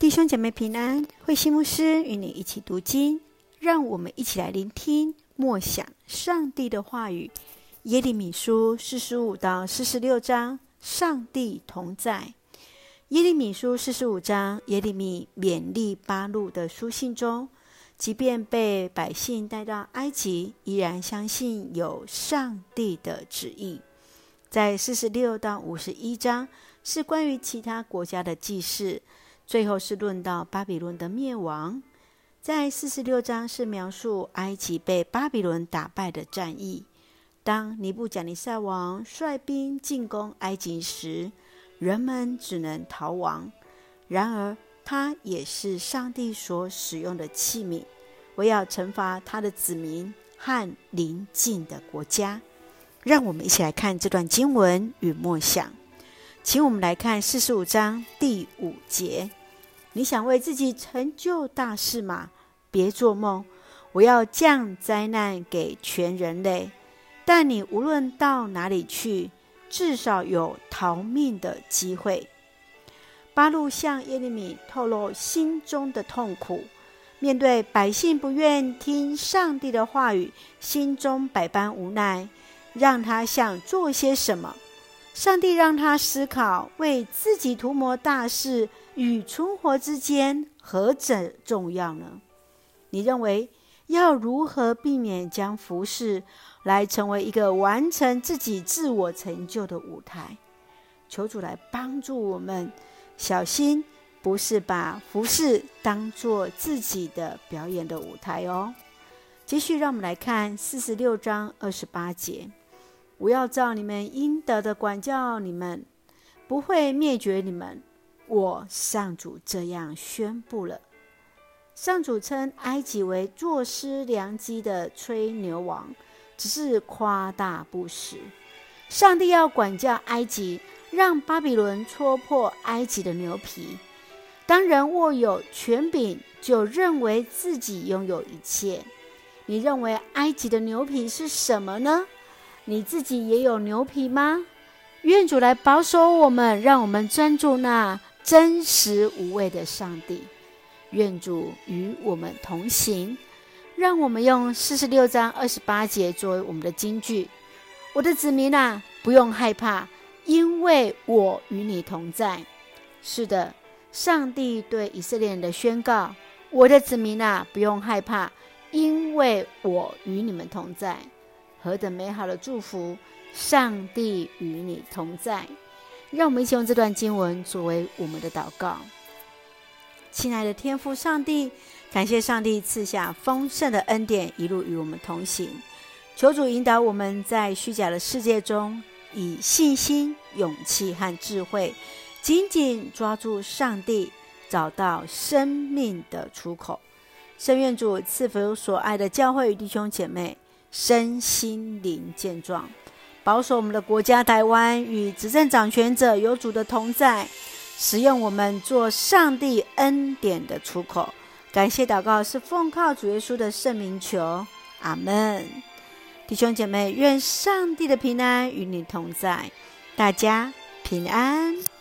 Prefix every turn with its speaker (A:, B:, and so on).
A: 弟兄姐妹平安，慧馨牧师与你一起读经，让我们一起来聆听默想上帝的话语。耶利米书45到46章，上帝同在。耶利米书45章，耶利米勉励巴录的书信中，即便被百姓带到埃及，依然相信有上帝的旨意。在46到51章是关于其他国家的记事，最后是论到巴比伦的灭亡。在46章是描述埃及被巴比伦打败的战役。当尼布甲尼撒王率兵进攻埃及时，人们只能逃亡。然而他也是上帝所使用的器皿，为要惩罚他的子民和邻近的国家。让我们一起来看这段经文与默想。请我们来看45章第5节。你想为自己成就大事吗？别做梦，我要降灾难给全人类，但你无论到哪里去，至少有逃命的机会。巴录向耶利米透露心中的痛苦，面对百姓不愿听上帝的话语，心中百般无奈，让他想做些什么。上帝让他思考，为自己图谋大事与存活之间何者重要呢？你认为要如何避免将服事来成为一个完成自己自我成就的舞台？求主来帮助我们，小心不是把服事当作自己的表演的舞台哦。继续让我们来看46章28节。我要照你们应得的管教你们，不会灭绝你们。我上主这样宣布了。上主称埃及为坐失良机的吹牛王，只是夸大不实。上帝要管教埃及，让巴比伦戳破埃及的牛皮。当人握有权柄，就认为自己拥有一切。你认为埃及的牛皮是什么呢？你自己也有牛皮吗？愿主来保守我们，让我们专注那真实无畏的上帝。愿主与我们同行。让我们用46章28节作为我们的金句。我的子民啊，不用害怕，因为我与你同在。是的，上帝对以色列人的宣告，我的子民啊，不用害怕，因为我与你们同在。何等美好的祝福！上帝与你同在。让我们一起用这段经文作为我们的祷告。亲爱的天父上帝，感谢上帝赐下丰盛的恩典，一路与我们同行。求主引导我们在虚假的世界中，以信心、勇气和智慧，紧紧抓住上帝，找到生命的出口。圣愿主赐福所爱的教会与弟兄姐妹身心灵健壮，保守我们的国家台湾与执政掌权者有主的同在，使用我们做上帝恩典的出口。感谢祷告是奉靠主耶稣的圣名求，阿们。弟兄姐妹，愿上帝的平安与你同在，大家平安。